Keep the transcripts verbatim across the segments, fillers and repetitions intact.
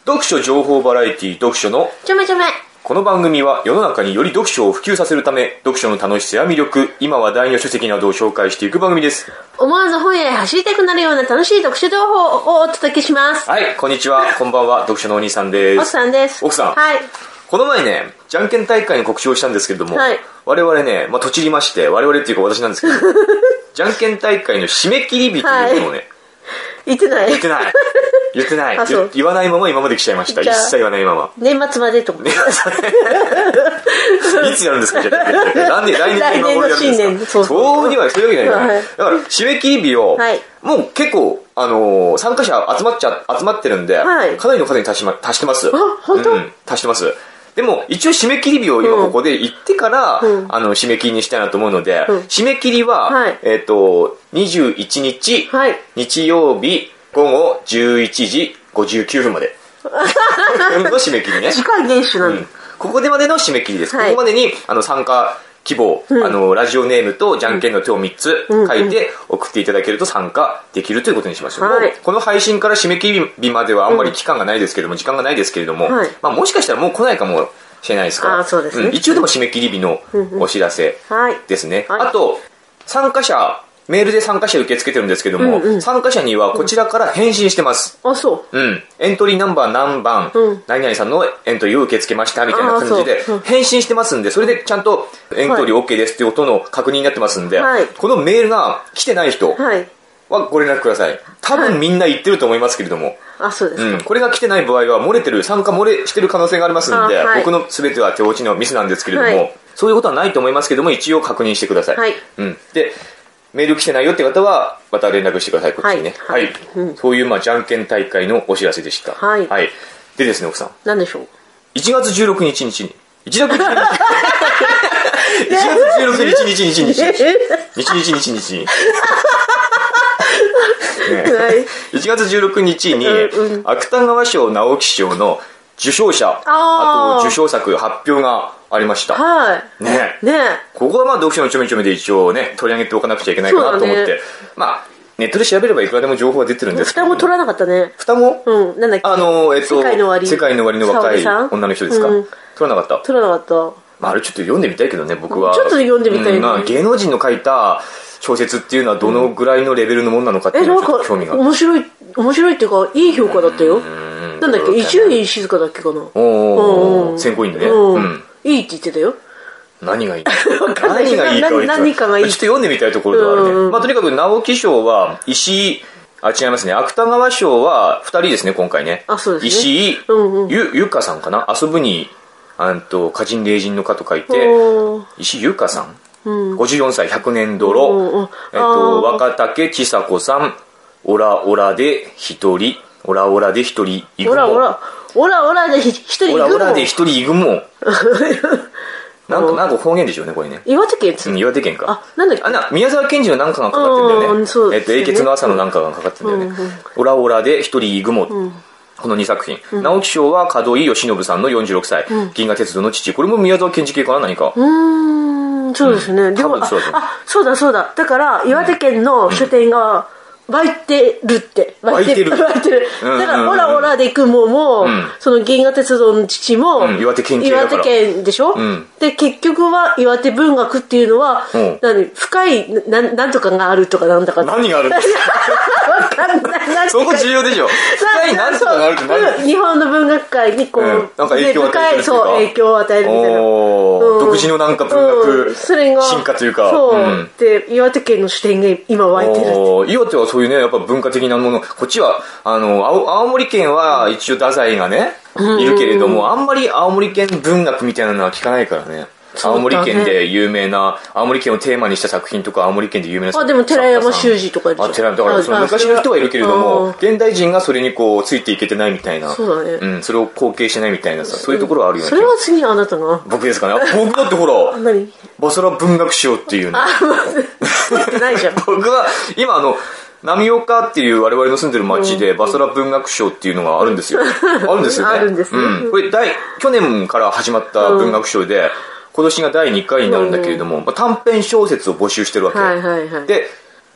読書情報バラエティ読書のちょめちょめ。 この番組は世の中により読書を普及させるため、読書の楽しさや魅力、今話題の書籍などを紹介していく番組です。 思わず本屋へ走りたくなるような楽しい読書情報をお届けします。 はい、こんにちは、こんばんは。読書のお兄さんです。 奥さんです。 奥さん、 はい。 この前ね、じゃんけん大会の告知をしたんですけれども、 はい、 我々ね、まあ、とちりまして、我々っていうか私なんですけどじゃんけん大会の締め切り日というのをね、はい、 言ってない言ってない言ってない言わないまま今まで来ちゃいました。一切言わないまま年末までと思っていつやるんですか。じゃあ来年来年今頃やるんですか。 年そうそうにはそういうわけないから、はい、だから締め切り日を、はい、もう結構あのー、参加者集まっちゃ集まってるんで、はい、かなりの数に達し、ま、達してます。 あ、本当、 うん、達してます。でも一応締め切り日を今ここで言ってから、うん、あの締め切りにしたいなと思うので、うん、締め切りは、はい、えっとにじゅういちにち、はい、日曜日ごごじゅういちじごじゅうきゅうふんまでの締め切りね。 時間厳守なの、うん、 ここでまでの締め切りです、はい、ここまでにあの参加希望、うん、あのラジオネームとじゃんけんの手をみっつ書いて送っていただけると参加できるということにしましょう、はい、この配信から締め切り日まではあんまり期間がないですけども、うん、時間がないですけれども、はい、まあ、もしかしたらもう来ないかもしれないですから、 あ、そうですね、 うん、一応でも締め切り日のお知らせですね、うんうん、はい、あと参加者メールで参加者受け付けてるんですけども、うんうん、参加者にはこちらから返信してます、 うん、あ、そう、 うん、エントリーナンバー何番、うん、何々さんのエントリーを受け付けましたみたいな感じで返信してますんで、それでちゃんとエントリー OK ですっていう音の確認になってますんで、はい、このメールが来てない人はご連絡ください。多分みんな言ってると思いますけれども、はい、 あ、そうですか、 うん、これが来てない場合は漏れてる、参加漏れしてる可能性がありますんで、はい、僕の全ては手落ちのミスなんですけれども、はい、そういうことはないと思いますけども、一応確認してください、はい、うん、でメール来てないよって方はまた連絡してください、こっちにね、はい、はい、うん、そういうまあじゃんけん大会のお知らせでした、はい、はい、でですね、奥さん、 何でしょう。 いちがつじゅうろくにちにちにいちがつじゅうろくにちにちにちにちにちにちにちにちにいちがつじゅうろくにちに芥川賞直木賞の受賞者、あと受賞作発表がありました。はい。ね。ね。ここはまあ読書のちょめちょめで一応ね取り上げておかなくちゃいけないかなと思って、ね、まあネットで調べればいくらでも情報が出てるんですけど、 双子取らなかったね。 双子？ うん。なんだっけ。 あのえっと世界の終わり。 世界の終わりの若い女の人ですか。うん、取らなかった。 取らなかった。 まああれちょっと読んでみたいけどね、僕は。 ちょっと読んでみたいね。うん、まあ芸能人の書いた小説っていうのはどのぐらいのレベルのものなのかっていうのはちょっと興味がある。 面白い面白いっていうかいい評価だったよ。なんだっけ、伊集院静香だっけかな。 おお、選考委員でね、うん、 いいって言ってたよ。 何がいい何がいいかは何かがいい。 ちょっと読んでみたいところではあるね、うん、まあとにかく直木賞は石井、あ、違いますね、芥川賞はふたりですね今回ね。 あ、そうですね。 石井、うんうん、ゆゆかさんかな、遊ぶにあんと歌人霊人の歌と書いて石井ゆかさん、うん、ごじゅうよんさいひゃくねん泥、えっと、若竹千佐子さん、オラオラで一人、オラオラで一人イグモ、 オラオラオラオラで一人イグモ、 オラオラで一人イグモなんか、なんか方言でしょうねこれね。 岩手県です、 うん、岩手県か。 あ、なんだっけ、 あ、な宮沢賢治のなんかがかかってるんだよね。そうですね、えっと英傑の朝のなんかがかかってるんだよね、うんうん、オラオラで一人イグモ、うん、このにさくひん、うん、直木賞は門井慶喜さんのよんじゅうろくさい、うん、銀河鉄道の父、これも宮沢賢治系かな、何か。 うーん、そうですね、うん、でもあそうあそうだそうだ、だから岩手県の書店が湧いてるって湧いてる湧いてる、だからオラオラで行くもも、うん、その銀河鉄道の父も、うん、 岩手県系だから、 岩手県でしょ、うん、で結局は岩手文学っていうのは、うん、何深い な, なんとかがあるとかなんだか何があるんですか分かんないそこ重要でしょ。深いなんとかがあるって何、 日本の文学界にこう、うん、 なんか影響を与えるそう影響を与えるみたいな、 うん、独自のなんか文学、うん、それが進化というか、 そう、うん、で岩手県の視点が今湧いてるって。 岩手はそういうねやっぱ文化的なもの、こっちはあの 青, 青森県は一応太宰がね、うん、いるけれども、あんまり青森県文学みたいなのは聞かないからね。青森県で有名な、青森県をテーマにした作品とか、青森県で有名な作品、 あ、でも寺山修司とかいるじゃん。 あ、寺だからその昔の人はいるけれども、現代人がそれにこうついていけてないみたいな、 そうだね、 うん、それを後継してないみたいなさ、そういうところはあるよね。 それは次あなたが僕ですかね。僕だってほら何バサラ文学賞っていうね、 あ、待ってないじゃん僕は今あの浪岡っていう我々の住んでる町でバサラ文学賞っていうのがあるんですよ。あるんですよね。 あるんですね、 うん、これ大去年から始まった文学賞で、今年がだいにかいになるんだけれども、まあ、短編小説を募集してるわけ、 はいはいはい、 で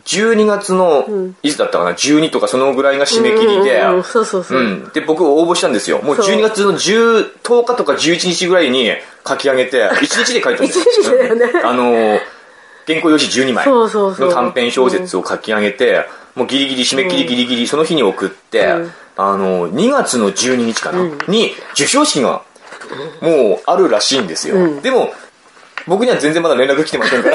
じゅうにがつの、うん、いつだったかな、じゅうにとかそのぐらいが締め切りで、で、僕応募したんですよ。もうじゅうにがつのじゅう、とおかとかじゅういちにちぐらいに書き上げて、いちにちで書いたんですよ。 いちにちだよね。 あの、原稿用紙じゅうにまいの短編小説を書き上げて、うん、もうギリギリ、締め切りギリギリ、その日に送って、うん、あの、にがつのじゅうににちかな、うん、に、授賞式が、もうあるらしいんですよ。うん、でも、僕には全然まだ連絡来てませんから。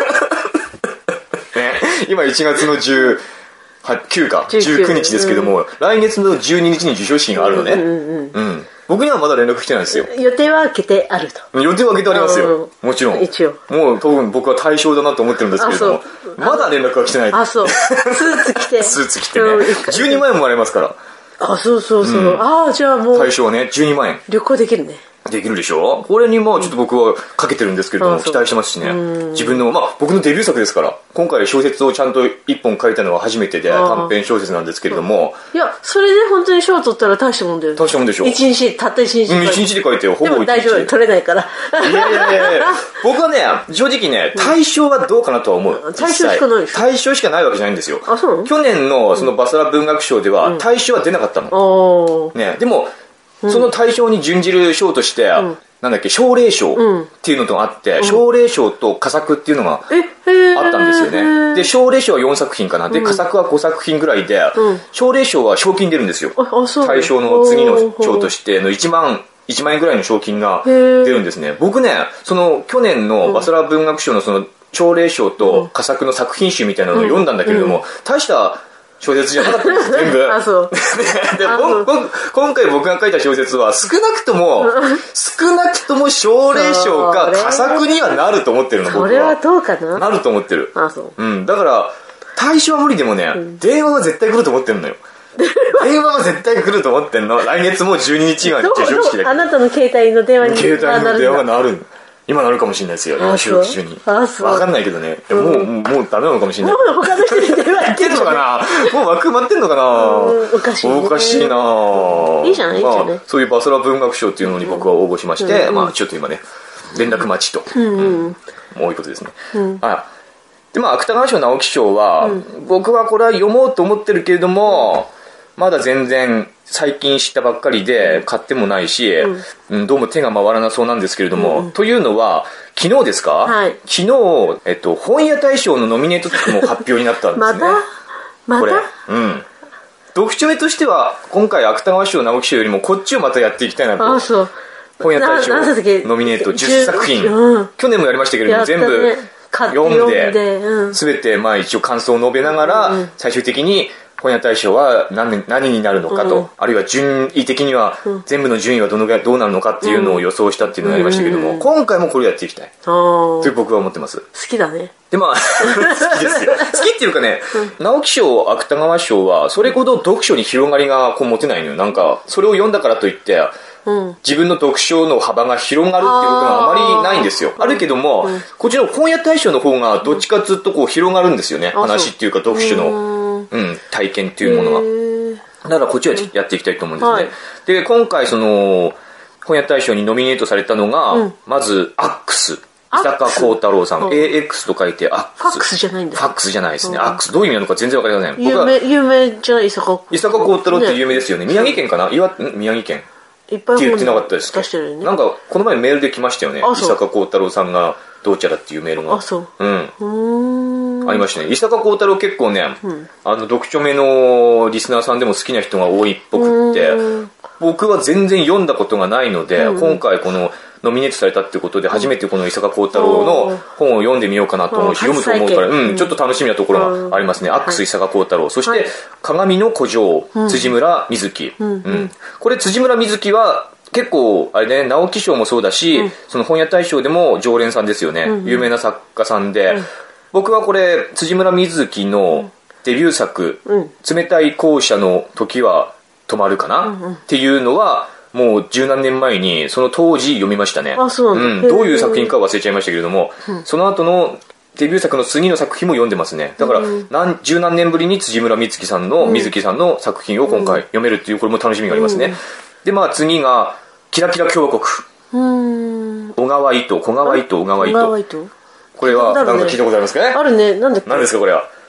今いちがつのじゅうくかじゅうくにちですけども、うん、来月のじゅうににちに授賞式があるのね、うんうんうんうん、僕にはまだ連絡来てないんですよ。 予定は開けてあると。 予定は開けてありますよ、もちろん。 一応もう多分僕は対象だなと思ってるんですけれども、まだ連絡が来てない。 あ、そう。スーツ着てスーツ着てね、うん、じゅうにまんえんもらえますから。 あ、そうそうそう、うん、ああ、じゃあもう対象はねじゅうにまんえん旅行できるね。 できるでしょ。これにもちょっと僕はかけてるんですけれども、うん、期待してますしね。自分のまあ僕のデビュー作ですから。今回小説をちゃんと一本書いたのは初めてで、短編小説なんですけれども、 いやそれで本当に賞を取ったら大したもんだよね。 大したもんでしょ。 一日たった一日うん、一日で書いてよ。ほぼ一日。 でも大丈夫、取れないから。 いやいやいやいや僕はね正直ね対象はどうかなとは思う。 対象しかないでしょ。 対象しかないわけじゃないんですよ。 あ、そうなの。 去年のそのバサラ文学賞では対象は出なかったの。うん、ね、でもその対象に準じる賞として、うん、なんだっけ、奨励賞っていうのとあって、奨励賞と佳作っていうのがあったんですよね。で、奨励賞はよんさくひんかな。で、佳作はごさくひんぐらいで、奨励賞は賞金出るんですよ。対象の次の賞としてのいちまん、いちまんえんぐらいの賞金が出るんですね。僕ね、その去年のバサラ文学賞のその奨励賞と佳作の作品集みたいなのを読んだんだけれども、大した小説じゃなかったんです全部。 あ、そう。 で今回僕が書いた小説は少なくとも少なくとも奨励賞か佳作にはなると思ってるの。僕はそれはどうかな。 なると思ってる。 あ、そう。 うん、だから対象は無理でもね、うん、電話は絶対来ると思ってるのよ。電話は絶対来ると思ってんの。来月もじゅうににちが授賞式だ。 あなたの携帯の電話に携帯の電話が鳴る。今なるかもしれないですよ、今収録中に。 あ、そう。 わかんないけどね。もう、うん、もうダメなのかもしれない。 もう他の人に電話ってんのかな。もう枠埋まってんのかな。 おかしい、ね。 おかしいな。 いいじゃない、いいじゃない、まあ。 そういうバサラ文学賞っていうのに僕は応募しまして、うん、まあちょっと今ね、連絡待ちと。うんうん。もういうことですね。うん、あで、まあ芥川賞直木賞は、うん、僕はこれは読もうと思ってるけれども、まだ全然最近知ったばっかりで買ってもないし、うんうん、どうも手が回らなそうなんですけれども、うん、というのは昨日ですか、はい、昨日、えっと、本屋大賞のノミネートも発表になったんですね。 またまたこれ、うん、読書目としては今回芥川賞直木賞よりもこっちをまたやっていきたいなと。 あ、そう。 本屋大賞ノミネートじゅっさくひん、うん、去年もやりましたけれども、ね、全部読んで、うん、全てまあ一応感想を述べながら、うん、最終的に本屋大賞は 何, 何になるのかと、うん、あるいは順位的には全部の順位はどのぐらいどうなるのかっていうのを予想したっていうのがありましたけども、うん、今回もこれをやっていきたいという僕は思ってます。 好きだね。 でまあ好きですよ。好きっていうかね、うん、直木賞芥川賞はそれほど読書に広がりがこう持てないのよ。なんかそれを読んだからといってうん、自分の読書の幅が広がるっていうことがあまりないんですよ。 あ, あるけども、うん、こっちの本屋大賞の方がどっちかずっとこう広がるんですよね、うん、話っていうか読書の、うん、体験っていうものが。だからこっちはやっていきたいと思うんですね、はい、で今回その本屋大賞にノミネートされたのが、うん、まずアックス伊坂幸太郎さん、 エーエックス と書いてアックス。 ファックスじゃないんだ。 ファックスじゃないですね、うん、アックスどういう意味なのか全然わかりません。 有名、有名じゃない伊坂伊坂幸太郎って有名ですよね。宮城県かな、岩宮城県いっぱいって言ってなかったですか、 ね、 なんかこの前メールで来ましたよね。伊坂幸太郎さんがどうちゃらっていうメールが。 あ、そう。 うん。 うーんありましたね。伊坂幸太郎結構ね、うん、あの読書目のリスナーさんでも好きな人が多いっぽくって、僕は全然読んだことがないので、うん、今回このノミネートされたってことで初めてこの伊坂幸太郎の本を読んでみようかなと思うし、読むと思うから、うん、ちょっと楽しみなところがありますね。アックス伊坂幸太郎、そして、はい、鏡の古城、辻村瑞希、うんうん、これ辻村瑞希は結構あれね、直木賞もそうだし、うん、その本屋大賞でも常連さんですよね、うんうん、有名な作家さんで、うん、僕はこれ辻村瑞希のデビュー作、うん、冷たい校舎の時は止まるかな、うんうん、っていうのはもう十何年前にその当時読みましたね。 あ、そうなんだ、 うん、どういう作品か忘れちゃいましたけれども、うん、その後のデビュー作の次の作品も読んでますね。だから、うん、何十何年ぶりに辻村瑞希さんの、うん、瑞希さんの作品を今回読めるっていう、これも楽しみがありますね、うん、でまあ次がキラキラ共和国、うーん、小川糸小川糸小川糸、これは何か聞いたことありますかね。 あるね。なんだっけ。 何ですかこれは。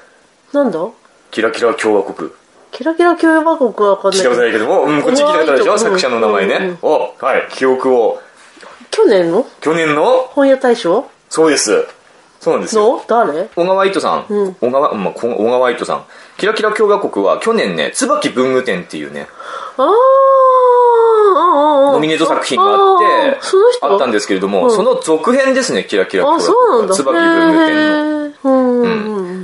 なんだキラキラ共和国。 キラキラ共和国はわかんない。 聞いたことないけども、うん、こっち聞いたことあるでしょ、作者の名前ね。うんうんうん、お、はい、記憶を。 去年の去年の本屋大賞。 そうです。そうなんですよ。 の誰？ 小川糸さん。うん、小川、まあ、小川糸さん。キラキラ共和国は去年ね、椿文具店っていうね。あー。ノミネート作品があって、あったんですけれども、うん、その続編ですね、キラキラ共和国。あ、そうなんだ。椿文具店の。うん、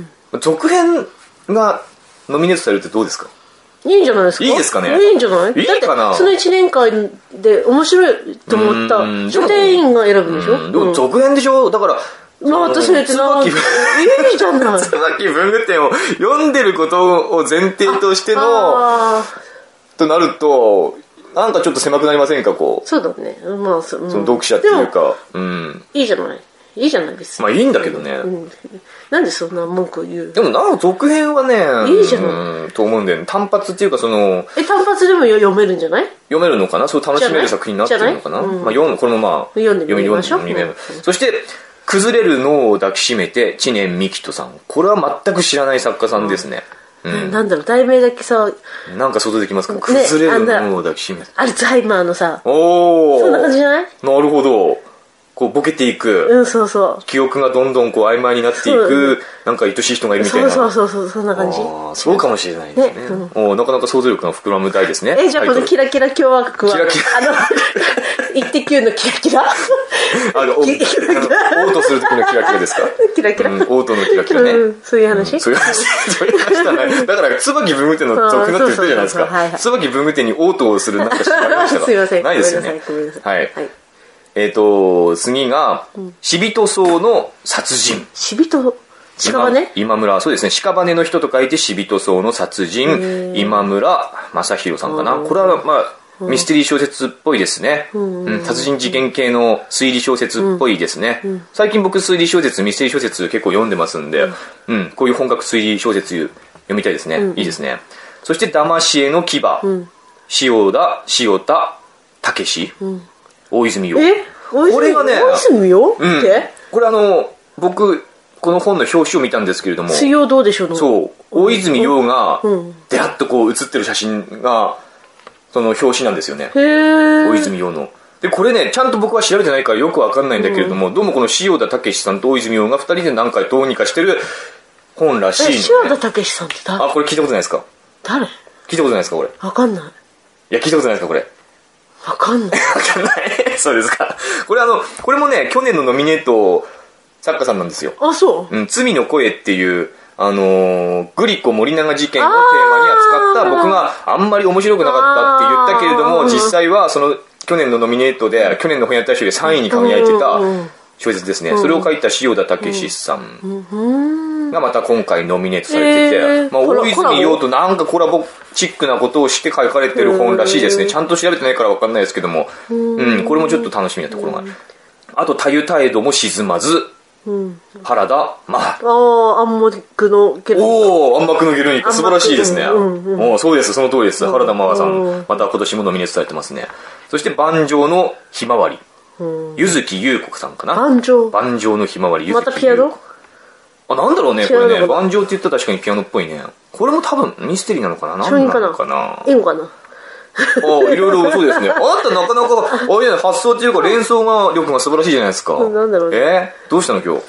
うん。続編がノミネートされるってどうですか？ いいんじゃないですか？ いいですかね？ いいんじゃない？いいかな？だってそのいちねんかんで面白いと思った書店員が選ぶんでしょ？ でも続編でしょ？だから、 まあ私の言ってな、いいじゃない。 椿文具店を読んでることを前提としての、となると、なんかちょっと狭くなりませんか、こう。 そうだね。まあ、そ, その読者っていうか、うん。 いいじゃない。いいじゃないですか。 まあいいんだけどね。うん、 なんでそんな文句を言う？ でもなんか続編はね、 いいじゃない。 と思うんだよね。単発っていうかその。 え、単発でも読めるんじゃない？ 読めるのかな？そう楽しめる作品になってるのかな？うん、まあ読む、これもまあ。 読んでみましょう。 読み読みそして、崩れる脳を抱きしめて、知念幹人さん。これは全く知らない作家さんですね。 うんうん、なんだろう、題名だけさ、 なんか想像できますか？ね、崩れる脳を抱きしめて。 アルツハイマーのさ、 おー。 そんな感じじゃない？ なるほど。こうボケていく、 うん、そうそう、 記憶がどんどんこう曖昧になっていく、なんか愛しい人がいるみたいな。 そうそうそうそう、そんな感じ。 あ、そうかもしれないですね。ね、うん、お、なかなか想像力が膨らむ題ですね。 え、じゃあこのキラキラ共和国は、キラキラあのイッテ Q のキラキラあのオートする時のキラキラですか？ キラキラ、 うん、オートのキラキラね、 うん、そういう話、 うん、そういう話そういう話だね。だから椿文具店の続編だって言ってるじゃないですか。椿文具店にオートをするなんか知られましたか？ すいません、 ないですよね。はい、はい、えっ、ー、と次が死人荘の殺人。 死人、屍？ 今村、そうですね、屍の人と書いて死人荘の殺人、今村正弘さんかな。これはまあミステリー小説っぽいですね、うんうん、殺人事件系の推理小説っぽいですね、うんうん、最近僕推理小説ミステリー小説結構読んでますんで、うんうん、こういう本格推理小説読みたいですね、うんうん、いいですね。そして騙し絵の牙、うん、塩田塩田武史、うん、大泉洋。 えこれがね、大泉洋って、うん、 これあの僕この本の表紙を見たんですけれども、 水曜どうでしょうの、 そう大泉洋がデラッとこう写ってる写真がその表紙なんですよね、大泉洋の。でこれねちゃんと僕は調べてないからよくわかんないんだけれども、うん、どうもこの塩田武史さんと大泉洋がふたりで何回どうにかしてる本らしいの、ね、 塩田武史さんって誰？ あ、これ聞いたことないですか？ 誰？ 聞いたことないですかこれ？ わかんない。 いや聞いたことないですかこれ？ わかんない。 わかんないそうですか。これあのこれもね去年のノミネート作家さんなんですよ。 あ、そう、 うん、罪の声っていうあのー、グリコ森永事件をテーマに扱った僕があんまり面白くなかったって言ったけれども、実際はその去年のノミネートで去年の本屋大賞でさんいに輝いてた小説ですね。それを書いた塩田武史さんがまた今回ノミネートされてて、えーまあ、大泉洋となんかコラボチックなことをして書かれてる本らしいですね。ちゃんと調べてないから分かんないですけども、うん、これもちょっと楽しみなところがある。あとたゆたえども沈まず、うん、原田まああ暗幕のゲルニカ。 おお暗幕のゲルニカ素晴らしいですね、うんうん、おそうですその通りです、うん、原田真和さんまた今年もノミネートされてますね。そして盤上のひまわり、柚木優子さんかな。 盤上盤上のひまわり、 またピアノ。 あ、なんだろうねこれね、盤上って言ったら確かにピアノっぽいね。これも多分ミステリーなのかな、何なのかな、 いいのかなあ、いろいろそうですね。あなたなかなかあれじゃない、発想っていうか連想が力が素晴らしいじゃないですか。 なんだろうね。 えー、どうしたの今日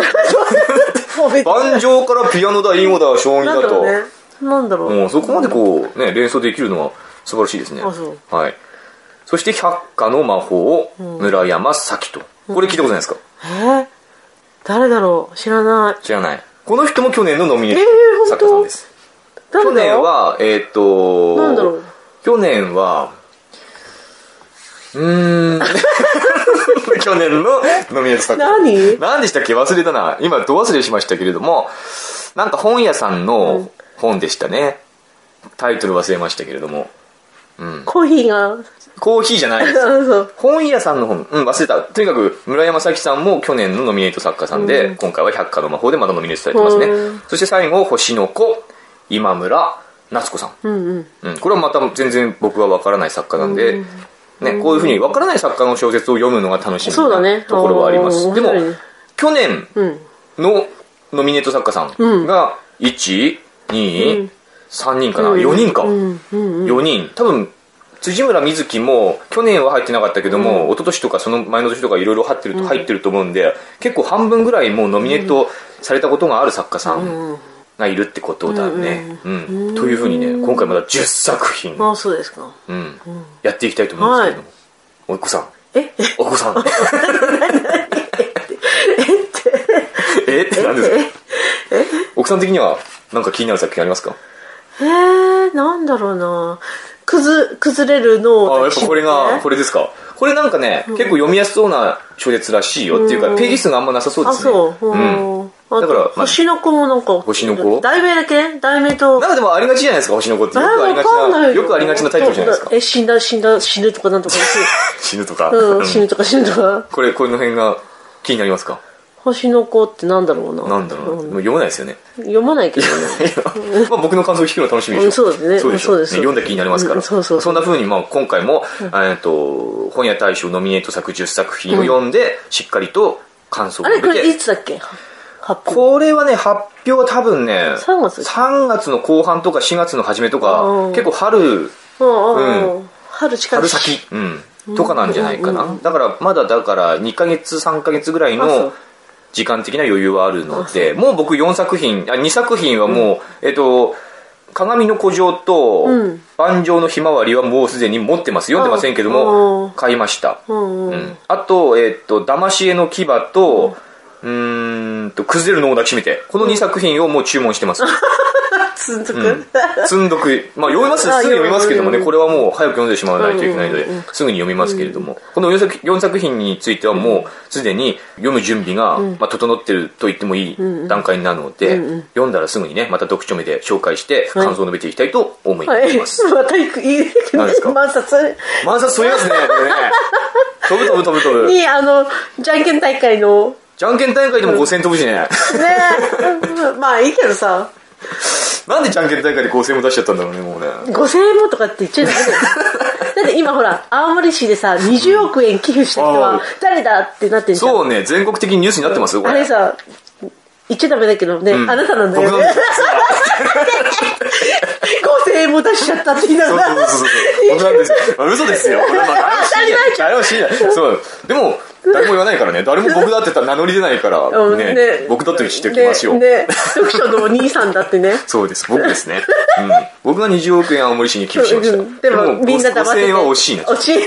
盤上からピアノだ囲碁だ将棋だと、 なんだろうね、 もうそこまでこうね連想できるのは素晴らしいですね。 あ、そう。 はい。そして百花の魔法、うん、村山咲と、これ聞いたことないですか？ えー、誰だろう、知らない。 知らない。この人も去年のノミネート作家さんです。 えー、 去年はえー、っとなんだろう、 去年はうーん去年のノミネート作家何何でしたっけ、忘れたな。今ど忘れしましたけれども、なんか本屋さんの本でしたね、うん、タイトル忘れましたけれども、うん、 コーヒーがコーヒーじゃないです本屋さんの本、うん、忘れた。とにかく村山咲さんも去年のノミネート作家さんで、うん、今回は百花の魔法でまたノミネートされてますね、うん、そして最後星の子今村夏子さん、うんうんうん、これはまた全然僕は分からない作家なんで、うんね、こういうふうに分からない作家の小説を読むのが楽しみなところはあります、ね、でも去年のノミネート作家さんがいち、に、さんにんかな、よにんか、よにん。多分辻村瑞希も去年は入ってなかったけども、うん、一昨年とかその前の年とかいろいろ入ってると入ってると思うんで、結構半分ぐらいもうノミネートされたことがある作家さんがいるってことだね、うんうんうん、というふうにね、今回まだじゅっさくひん、 あ、そうですか、 うん、やっていきたいと思うんですけども、はい、おいっ子さん、 えおいっ子さんえって何ですか？奥さん的には何か気になる作品ありますか？ えー、なんだろうな、崩, 崩れるのあ、やっぱこれがこれですか。これなんかね、うん、結構読みやすそうな小説らしいよっていうか、うん、ページ数があんまなさそうですね。 あ、そう、うん、だから、まあ、星の子もなんか星の子題名だけ題名となんかでもありがちじゃないですか。星の子ってよくありがちなよくありがちなタイトルじゃないですか。 え、死んだ死んだ死ぬとかなんとか死ぬとか、 うん、死ぬとか死ぬとかこれこの辺が気になりますか？ 星の子ってなんだろうな。 なんだろうな、うん、読まないですよね。 読まないけどね。 まあ僕の感想を聞くの楽しみでしょ、うん、 そうですね。 そうでしょ、 そうです。 読んだ気になりますから、うん、 そうそうそう、 そんな風にまあ今回も、うん、えっと本屋大賞ノミネート作じゅっさくひんを読んで、うん、しっかりと感想を述べて。 あれこれいつだっけ？発表。 これはね、発表は多分ねさんがつさんがつの後半とかしがつの初めとか、結構春、うん、 春近い春先、うん、とかなんじゃないかな、うんうん、だからまだだからにかげつさんかげつぐらいの時間的な余裕はあるので、もう僕よんさくひん、あにさくひんはもう、うん、えっと鏡の古城と盤上のひまわりはもうすでに持ってます。読んでませんけども買いました、うんうん、あと、えっと騙し絵の牙と、うん、うーんと崩れるのを抱きしめて、このにさくひんをもう注文してます積んどく、 うん、積んどく、まあ読みます、すぐ読みますけどもね、これはもう早く読んでしまわないといけないので、すぐに読みますけれども、このよんさく、よんさくひんについてはもうすでに読む準備が、まあ、整ってると言ってもいい段階になるので、読んだらすぐにね、また読書目で紹介して感想を述べていきたいと思います。 はいはい、また行く、いいですか？万冊。 万冊飛びますね、これね。飛ぶ飛ぶ飛ぶ飛ぶ。 に、あの、じゃんけん大会の、 じゃんけん大会でもごせん飛ぶしね。ねまあいいけどさ。 なんでじゃんけん大会でごせんも出しちゃったんだろうね、もうね。 ごせんえんもとかって言っちゃいけない。だって今ほら、青森市でさ、にじゅうおくえん寄付した人は誰だってなってんじゃん。 そうね、全国的にニュースになってますよ、これ。 あれさ、言っちゃダメだけどね、うん、あなたなんだよね。ごせんえんも出しちゃったって言いながら。そうそうそうそう。僕なんですよ。嘘ですよ。これはまあ、誰も知らない。そう。でも、誰も言わないからね。誰も僕だって名乗り出ないからね。ね、僕だって知っておきますよ。ね、ね、読書のお兄さんだってね。 そうです。僕ですね。うん、僕がにじゅうおくえん青森市に寄付しました。うん、 でもみんな黙ってて。 ごせんえんは惜しいな。 惜しい。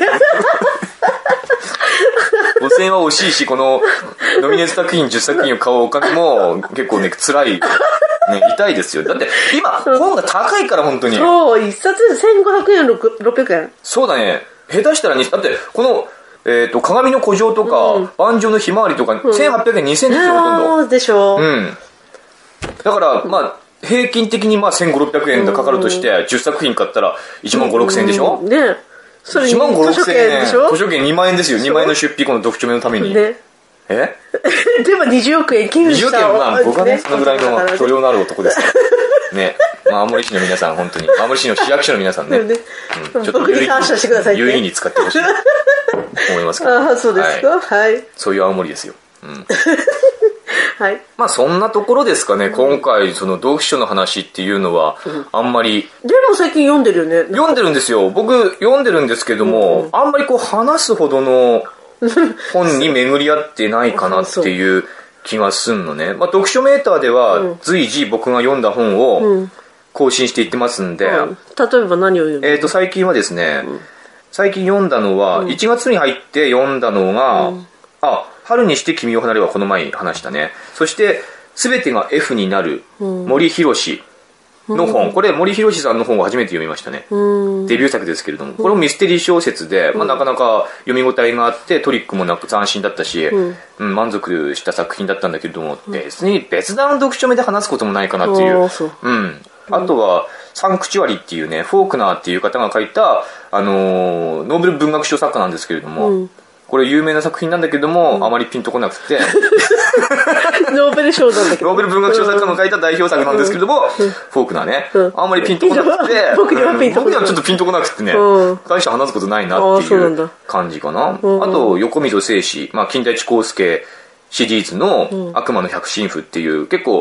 ごせんえんは惜しいし、このノミネート作品じゅっさくひんを買うお金も結構ね、辛い。ね、痛いですよ。だって今本が高いから本当に。 そう、一冊せんごひゃくえん、ろっぴゃくえん。 そうだね。下手したらに、だってこのえー、と鏡の古城とか、うん、盤上のひまわりとか、うん、せんはっぴゃくえんにせんえんですよ、ほとんど。 そうでしょう、 うん、だからまあ平均的にまあせんごひゃくろっぴゃくえんがかかるとして、うん、じゅっさくひん買ったらいちまんごせんろくせんえんでしょ、うん、 ね、それいちまんごせんろくせんえんでしょ。図書券にまんえんですよ。にまんえんの出費、この読書目のために、ね、えでもにじゅうおくえん寄付した。 にじゅうおくえん、まあ僕はね、そのぐらいの許容のある男ですからね。まあ、青森市の皆さん、本当に青森市の市役所の皆さんね、ね、うん、ちょっと有意義有意義に使ってほしい思いますけど。 ああ、そうですか、はい、はい、 そういう青森ですよ、うん、 はい。 まあそんなところですかね、うん、今回その読書の話っていうのはあんまり、 うん、でも最近読んでるよね。 読んでるんですよ、僕読んでるんですけども、うん、あんまりこう話すほどの本に巡り合ってないかなっていう気がすんのね。まあ、読書メーターでは随時僕が読んだ本を更新していってますんで、うんうん、 例えば何を読んでる？ えーと最近はですね、うん、最近読んだのは、いちがつに入って読んだのが、うん、あ、春にして君を離れはこの前話したね。そして全てが F になる、うん、森博の本、うん、これ森博さんの本を初めて読みましたね、うん、デビュー作ですけれども、これもミステリー小説で、うん、まあ、なかなか読み応えがあってトリックもなく斬新だったし、うんうん、満足した作品だったんだけれども、うん、別に別段の読書目で話すこともないかなっていう、うん、あとはサンクチュアリっていうね、フォークナーっていう方が書いた、あのー、ノーベル文学賞作家なんですけれども、うん、これ有名な作品なんだけども、うん、あまりピンとこなくてノーベル賞なんだけど、 ノーベル文学賞作家の書いた代表作なんですけれども、うん、フォークナーね、うん、あんまりピンとこなくて僕にはピンとこない、 僕にはちょっとピンとこなくてね、うん、大して話すことないなっていう感じかな。 あ, あと横溝正史、まあ、金田一耕助シリーズの悪魔の百神譜っていう結構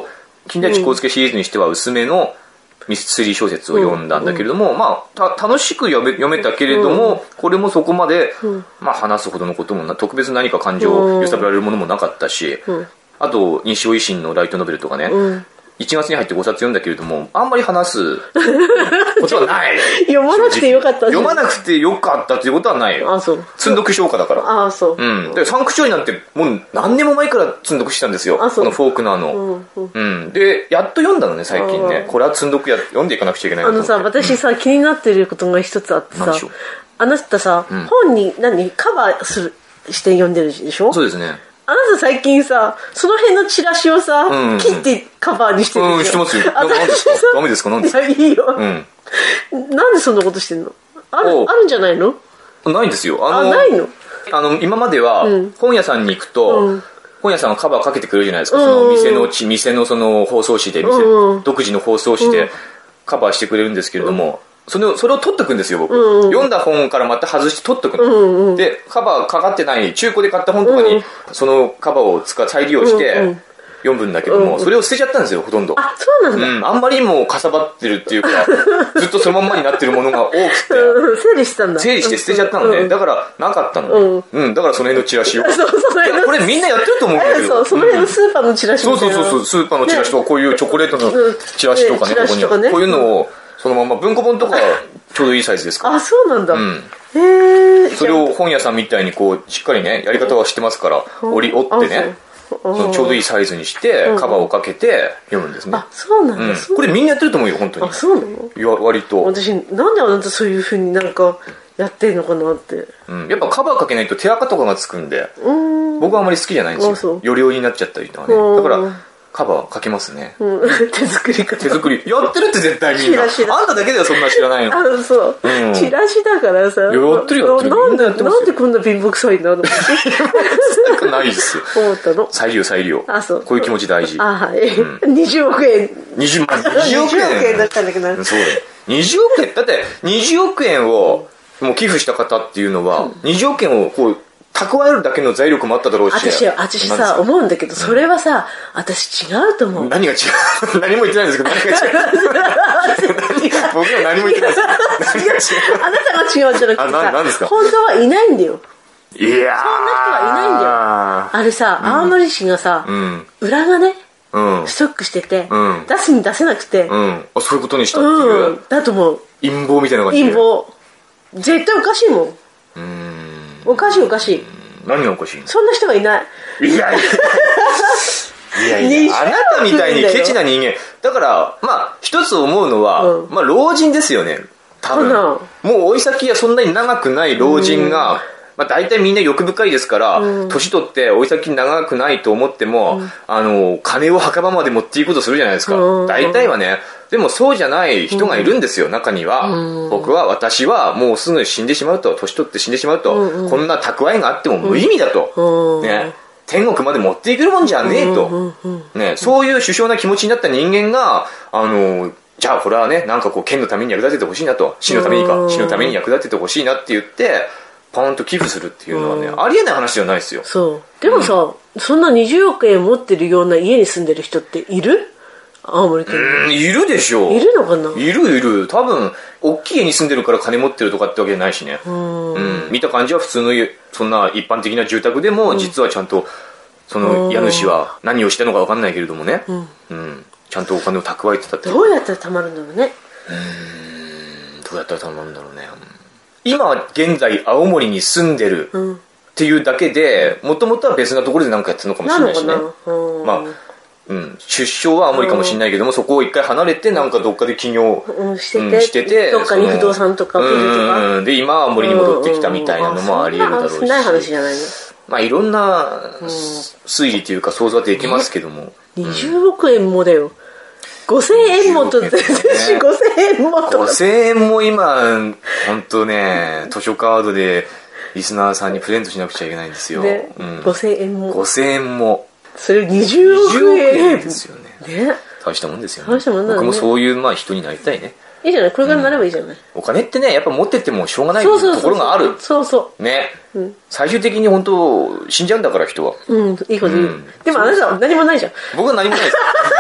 金田一耕助シリーズにしては薄めのミステリー小説を読んだんだけれども、うん、まあ楽しく読め読めたけれども、うん、これもそこまで、うん、まあ話すほどのこともな特別何か感情を揺さぶられるものもなかったし、うん、あと西尾維新のライトノベルとかね、うん、いちがつに入ってごさつ読んだけれどもあんまり話すことはない読まなくてよかった読まなくてよかったっていうことはないよ。 あ、そう。 積読消化だから。 あ、そう。 うん。でサンクチュアリなんてもう何年も前から積読したんですよ。あ、そう。このフォークナーの、うんうんうん、でやっと読んだのね最近ね。これは積読や読んでいかなくちゃいけないなと思って。 あのさ、私さ、うん、気になってることが一つあってさ、あなたさ、うん、本に何カバーするして読んでるでしょ。 そうですね。 あなた最近さ、その辺のチラシをさ、うんうん、切ってカバーにしてるでしょ。うん、してますよ。何ですか？ダメですか？何ですか？ いや、いいよ。うん。なんでそんなことしてんの？ある、あるんじゃないの？ ないんですよ。 あの、あ、ないの？ あの、今までは、本屋さんに行くと、うん、本屋さんがカバーかけてくれるじゃないですか。うん、その店の、店のその放送紙で、店、うん、独自の放送紙でカバーしてくれるんですけれども、うんそれを、それを取っとくんですよ、僕、うんうん。読んだ本からまた外して取っとくの。うんうん、で、カバーかかってない、中古で買った本とかに、そのカバーを使う、再利用して、読むんだけども、うんうん、それを捨てちゃったんですよ、ほとんど。 あ、そうなんだ。 うん、あんまりにもかさばってるっていうか、ずっとそのまんまになってるものが多くて、 うん、整理したんだ。 整理して捨てちゃったのね。うん、だから、なかったのね。うん、うん、だからその辺のチラシを。 そう、そのこれみんなやってると思うんだけど。 そう、その辺のスーパーのチラシみたいな、うん、そうそうそう、スーパーのチラシとか、こういうチョコレートのチラシとかね、ここには。こういうのを、そのまま文庫本とかちょうどいいサイズですから。 あ、そうなんだ。うん、 へえ。それを本屋さんみたいにこうしっかりねやり方は知ってますから、折り折ってね、そのちょうどいいサイズにしてカバーをかけて読むんですね。 あ、そうなんだ。うん、 これみんなやってると思うよ本当に。 あ、そうなの？ いや割と。 私なんであなたそういう風になんかやってんのかなって。 うん、やっぱカバーかけないと手垢とかがつくんで、うん僕はあまり好きじゃないんですよ。よりよりになっちゃったりとかね。だから。カバーかけますね、 うん、手作りか手作りやってるって絶対みんな。あんただけではそんな知らないの。 あ、そう、うん、チラシだからさ。 やってるやってる。 なんでなんでこんな貧乏くさいんだと思って。 臭くないですよ。 思ったの。 再利用再利用。 あ、そう。 こういう気持ち大事。 あ、はい。うん、にじゅうおくえん。 にじゅうおくえんだったんだけど。 そう。にじゅうおくえんだってにじゅうおくえんをもう寄付した方っていうのは、うん、にじゅうおくえんをこう。蓄えるだけの財力もあっただろうし。 私、私さ、思うんだけど、それはさ、うん、私違うと思う。 何が違う何も言ってないんですけど、何が違う僕は何も言ってないですけど。何が違うあなたが違うんじゃなくてさ、 何ですか本当はいないんだよ。 いやー。そんな人はいないんだよ。あれさ、うん、青森市がさ、うん、裏がね、うん、ストックしてて、うん、出すに出せなくて、 うん、あ、そういうことにしたっていう。うん、 だと思う。 陰謀みたいな感じで。 陰謀。絶対おかしいもん。 うんおかしいおかしい。 何がおかしいの？ そんな人がいない。 いやいやいやいやあなたみたいにケチな人間だからまあ一つ思うのは、うん、まあ老人ですよね多分。もう老い先やそんなに長くない老人が、うんまあ、大体みんな欲深いですから、うん、年取って老い先長くないと思っても、うん、あの金を墓場まで持っていくことするじゃないですか、うん、大体はね。でもそうじゃない人がいるんですよ、うん、中には、うん、僕は私はもうすぐ死んでしまうと年取って死んでしまうと、うん、こんな蓄えがあっても無意味だと、うんね、天国まで持っていけるもんじゃねえと、ね、そういう殊勝な気持ちになった人間があのじゃあこれはねなんかこう県のために役立ててほしいなと死のためにか死のために役立ててほしいなって言ってパンと寄付するっていうのはね、ありえない話じゃないですよ。 そうでもさ、うん、そんなにじゅうおくえん持ってるような家に住んでる人っている？青森県に。いるでしょう。 いるのかな。 いるいる。多分大きい家に住んでるから金持ってるとかってわけじゃないしね。うん、うん、見た感じは普通のそんな一般的な住宅でも実はちゃんとその家主は何をしたのか分かんないけれどもね、うんうん、ちゃんとお金を蓄えてたって。 どうやったらたまるんだろうね。 うーんどうやったらたまるんだろうね。今現在青森に住んでるっていうだけでもともとは別なところで何かやってるのかもしれないしね。まあうん、出生は青森かもしれないけども、うん、そこを一回離れてなんかどっかで起業、 うん、してて、うん、しててどっかに不動産とかビルとか、 うん、で今は青森に戻ってきたみたいなのもありえるだろうし、 うんうん、ない話じゃないの。 まあいろんな推理というか想像はできますけども、ねうん、にじゅうおくえんもだよ。ごせんえんもと、ね、ごせんえんもとごせんえんも今本当ね図書カードでリスナーさんにプレゼントしなくちゃいけないんですよ、ねうん、ごせんえんもごせんえんもそれにじゅうおくえんですよね。ね大したもんですよね。 大したもんだね。 僕もそういうまあ人になりたいね。 いいじゃないこれからなればいいじゃない、うん、 お金ってねやっぱ持ってってもしょうがないところがある。 そうそうね、うん、最終的に本当死んじゃうんだから人は。 うんいいこと言う、うん、でもあなたは何もないじゃん。 僕は何もないです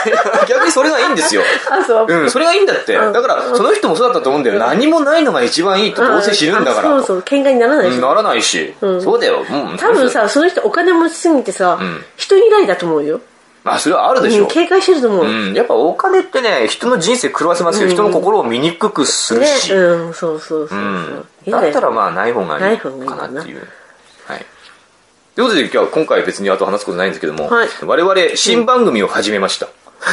逆にそれがいいんですよ。 あ、そう。 うん、それがいいんだって。だから、その人もそうだったと思うんだよ。何もないのが一番いいとどうせ知るんだから。 そうそう、喧嘩にならないし。 ならないし。そうだよ。 多分さ、その人お金持ちすぎてさ、人嫌いだと思うよ。 まあ、それはあるでしょ。 警戒してると思う。 うん。やっぱお金ってね、人の人生狂わせますよ。人の心を醜くするし。 うん、そうそうそう。 だったらまあ、ない方がいいかなっていう。はい。ということで、今日は今回別にあと話すことないんですけども、我々新番組を始めました。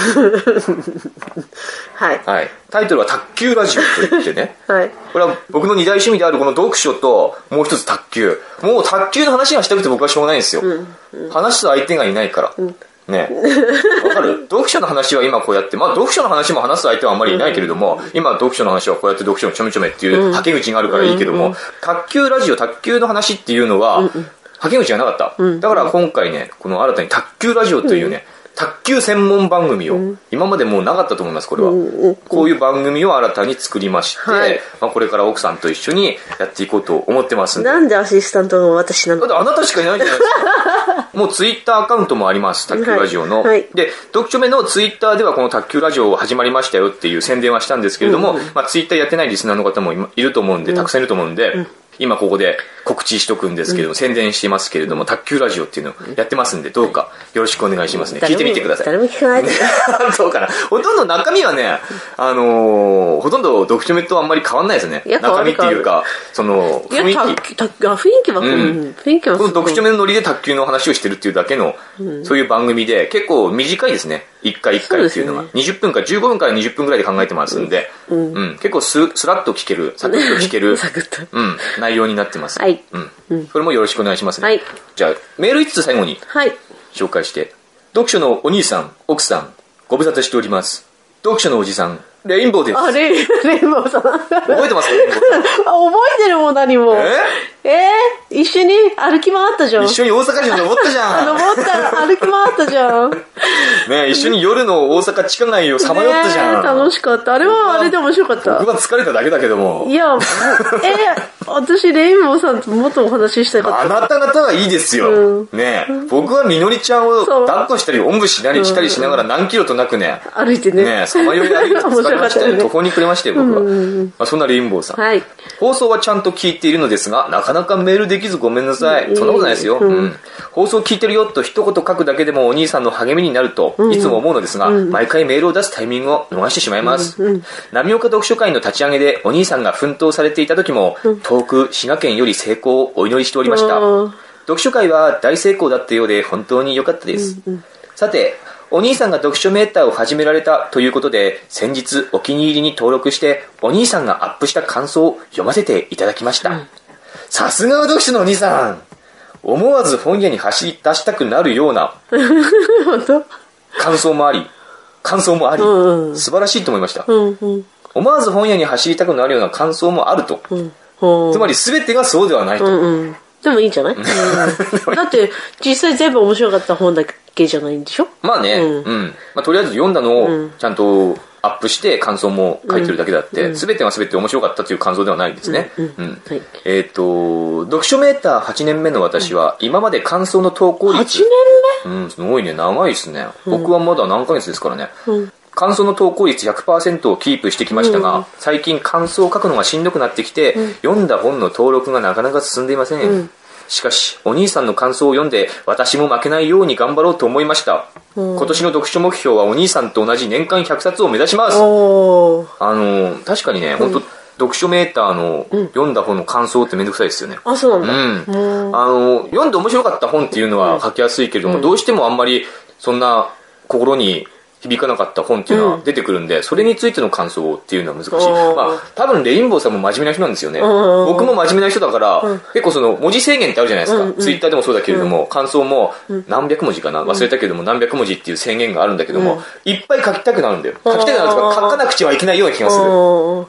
はい、 はい。タイトルは卓球ラジオといってね。 はい。 これは僕の二大趣味であるこの読書ともう一つ卓球。もう卓球の話がしたくて僕はしょうがないんですよ。うんうん、話す相手がいないから。うんね、わかる？読書の話は今こうやって、まあ読書の話も話す相手はあんまりいないけれども、うん、今読書の話はこうやって読書のちょめちょめっていうはけ口があるからいいけども、うん、卓球ラジオ、卓球の話っていうのは、うん、はけ口がなかった。うん、だから今回ね、この新たに卓球ラジオというね、うん卓球専門番組を、うん、今までもうなかったと思いますこれは、うん、こういう番組を新たに作りまして、はいまあ、これから奥さんと一緒にやっていこうと思ってますんで。 なんでアシスタントの私なの？ だってあなたしかいないじゃないですかもうツイッターアカウントもあります卓球ラジオの、はいはい、で読書目のツイッターではこの卓球ラジオ始まりましたよっていう宣伝はしたんですけれども、うんうんまあ、ツイッターやってないリスナーの方もいると思うんで、うん、たくさんいると思うんで、うん今ここで告知しとくんですけれども、うん、宣伝してますけれども卓球ラジオっていうのをやってますんでどうかよろしくお願いしますね。聞いてみてください。 誰も聞かないでそうかな。ほとんど中身はね、あのー、ほとんど読書目とあんまり変わんないですね。中身っていうかその雰囲気たた雰囲気は、うん、雰囲気はこの読書目のノリで卓球の話をしてるっていうだけの、うん、そういう番組で結構短いですね。いっかいいっかいっていうのが、ね、にじゅっぷんかじゅうごふんからにじゅっぷんぐらいで考えてますんで、うんうん、結構ススラッと聞けるサクッと聞けるサクッと、 うん、内容になってます。 はいうん、それもよろしくお願いしますね。 はい、 じゃあメールいつつ最後に紹介して、はい、読書のお兄さん奥さんご無沙汰しております。読書のおじさんレインボーです。 あ、レイ、レインボーさん。覚えてますかレインボーさん。あ、 覚えてるもん、何も。ええー、一緒に歩き回ったじゃん。 一緒に大阪城登ったじゃん。 登った、歩き回ったじゃん。 ね一緒に夜の大阪地下街をさまよったじゃん。 楽しかった。あれはあれで面白かった。 僕は疲れただけだけども。 いや、えー、私、レインボーさんともっとお話ししたかった。 あなた方はいいですよ。うん、ね僕はみのりちゃんを抱っこしたり、おんぶしなりしたりしながら何キロとなくね、 歩いてね。 ねさまよい歩いて疲れましたよ。途方に暮れましたよ、僕は。まあ、そんなレインボーさん。 はい。 放送はちゃんと聞いているのですが、なかなかメールできずごめんなさい。うん、そんなことないですよ、うんうん。放送聞いてるよと一言書くだけでもお兄さんの励みになるといつも思うのですが、うん、毎回メールを出すタイミングを逃してしまいます。うんうん、波岡読書会の立ち上げでお兄さんが奮闘されていた時も、うん、遠く滋賀県より成功をお祈りしておりました。うん、読書会は大成功だったようで本当に良かったです。うんうん、さて、お兄さんが読書メーターを始められたということで、先日お気に入りに登録してお兄さんがアップした感想を読ませていただきました。さすがは読書のお兄さん、思わず本屋に走り出したくなるような感想もあり感想もあり、うんうん、素晴らしいと思いました、うんうん、思わず本屋に走りたくなるような感想もあると、うん、つまり全てがそうではないと、うんうん、 でもいいんじゃない、うん、だって実際全部面白かった本だけじゃないんでしょ。 まあね、うんうんまあ、とりあえず読んだのをちゃんとアップして感想も書いてるだけだって、うん、全てが全て面白かったという感想ではないんですね、うんうんうんはい、えっ、ー、と読書メーターはちねんめの私は今まで感想の投稿率はちねんめ、 うん、すごいね長いですね、うん、僕はまだ何ヶ月ですからね、うん、感想の投稿率 ひゃくパーセント をキープしてきましたが、うん、最近感想を書くのがしんどくなってきて、うん、読んだ本の登録がなかなか進んでいません、うんしかしお兄さんの感想を読んで私も負けないように頑張ろうと思いました、うん、今年の読書目標はお兄さんと同じ年間ひゃくさつを目指します。あの確かにね、うん、本当読書メーターの読んだ本の感想ってめんどくさいですよね、 うん、あそうなんだ、 うん、あの読んで面白かった本っていうのは書きやすいけれども、うん、どうしてもあんまりそんな心に響かなかった本っていうのは出てくるんで、うん、それについての感想っていうのは難しい。まあ多分レインボーさんも真面目な人なんですよね。僕も真面目な人だから、うん、結構その文字制限ってあるじゃないですか、うんうん、ツイッターでもそうだけれども、うん、感想も何百文字かな忘れたけれども、何百文字っていう制限があるんだけども、うん、いっぱい書きたくなるんだよ。書きたくなるとか書かなくちゃいけないような気がする。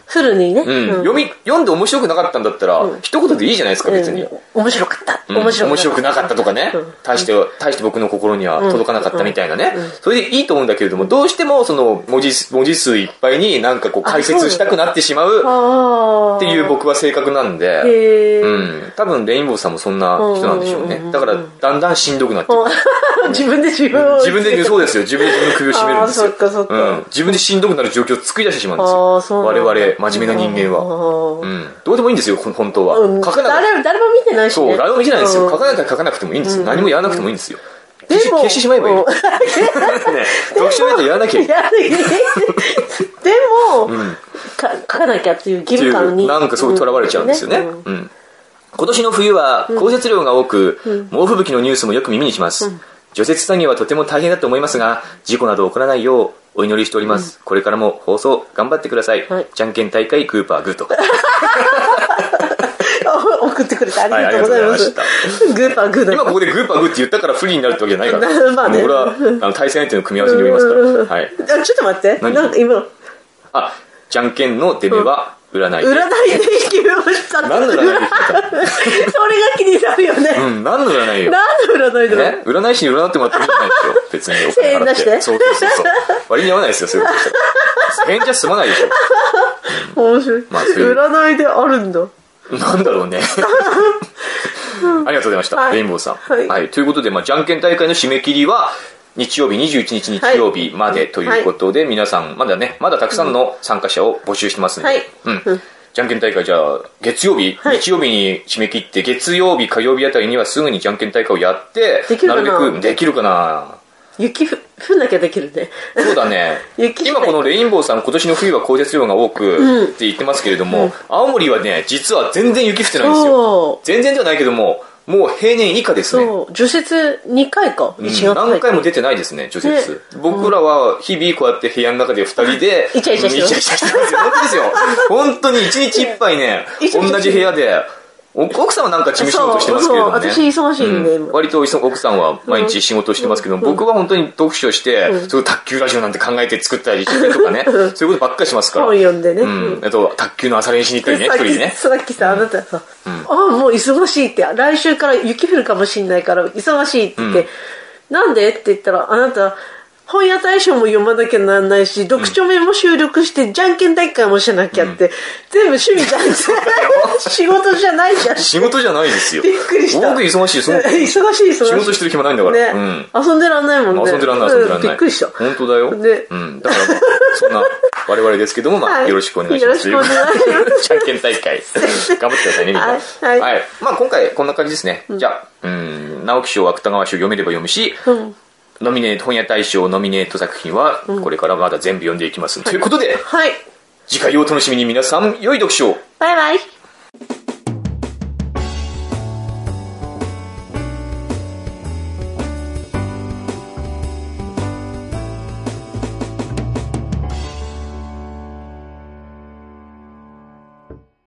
フルにね、 うんうん、読み読んで面白くなかったんだったら、うん、一言でいいじゃないですか別に、うん、 面白かった、 うん、面白くなかった、面白くなかったとかね、うん、大して大して僕の心には届かなかったみたいなね、うんうん、それでいいと思うんだけれども、どうしてもその文字文字数いっぱいになんかこう解説したくなってしまうっていう僕は性格なんで、うん、多分レインボーさんもそんな人なんでしょうね。だからだんだんしんどくなってくる自分で自分を自分でそうですよ、自分で自分の首を絞めるんですよ。 そっかそっか、 うん、自分でしんどくなる状況を作り出してしまうんですよ、我々真面目な人間は。うん、どうでもいいんですよ本当は、うん、書かな誰, 誰も見てないし、ね、 そう誰も見てないですよ、うん、書かなきゃ書かなくてもいいんですよ、うん、何もやらなくてもいいんですよ。でも消してしまえばいい、うん、ね、読書メートやらなきゃいいでも、うん、か書かなきゃっていう義務感になんかそうとらわれちゃうんですよね、うんうん、今年の冬は降雪量が多く、うん、猛吹雪のニュースもよく耳にします、うん、除雪作業はとても大変だと思いますが、事故など起こらないようお祈りしております、うん、これからも放送頑張ってください、はい、じゃんけん大会グーパーグーと送ってくれてありがとうございます、はい、グーパーグーだ。 今ここでグーパーグーって言ったから不利になるってわけじゃないからまあ、ね、これはあの対戦相手の組み合わせによりますから、はい、 あちょっと待ってなんか今あじゃんけんの出目は占いで、 うん、占いで決めました何の占いで決めたそれが気になるよね、 うん、何の占いよ、 何の占いだろう、 ね、占い師に占ってもらってもいいんじゃないですよ別にお金払ってせんえん出してそうそうそうそう割に合わないですよそういうことしたらせんえんじゃ済まないでしょ、 うん、面白い、まあ、そういう占いであるんだなんだろうねありがとうございました、はい、レインボーさん、はいはい、ということで、まあ、じゃんけん大会の締め切りは日曜日にじゅういちにち日曜日までということで、はい、皆さんまだねまだたくさんの参加者を募集してますので、はいうんうん、じゃんけん大会じゃあ月曜日、はい、日曜日に締め切って月曜日火曜日あたりにはすぐにじゃんけん大会をやってなるべくできるかな雪ふ降んなきゃできるねそうだね今このレインボーさん今年の冬は降雪量が多くって言ってますけれども、うん、青森はね実は全然雪降ってないんですよ。全然ではないけどももう平年以下ですね。 そう除雪にかいか、 うん、何回も出てないですね除雪、ね、僕らは日々こうやって部屋の中でふたりでイチャイチャしてますイチャイチャしてますよ本当ですよ本当にいちにちいっぱいね同じ部屋で奥さんはなんか事務仕事してますけれどもね。 私忙しいんで、 うん、割と奥さんは毎日仕事してますけども、うん、僕は本当に読書して、うん、そういう卓球ラジオなんて考えて作ったりしてとかね、うん、そういうことばっかりしますから。 本読んでね。 うん。あと卓球の朝練しに行ったりね、一人でね。 さっきさあなたさ、うん、ああもう忙しいって来週から雪降るかもしれないから忙しいって言って、うん、なんでって言ったらあなた本屋大賞も読まなきゃならないし読書面も収録してじゃんけん大会もしなきゃって、うん、全部趣味じゃん仕事じゃないじゃん仕事じゃないですよびっくりした僕忙しいその忙しい忙しい仕事してる暇ないんだから、ねうん、遊んでらんないもんね遊んでらんない遊んでらんない、うん、 びっくりした本当だよ、ねうん、だからそんな我々ですけども、まあはい、よろしくお願いしますよろしくお願いしますじゃんけん大会頑張ってくださいねみんな、はいはいはい、まあ、今回こんな感じですね、うん、じゃあうん直木賞芥川賞読めれば読むし、うんノミネート本屋大賞ノミネート作品はこれからまだ全部読んでいきます、うん、ということで、はい、次回をお楽しみに皆さん良い読書をバイバイ。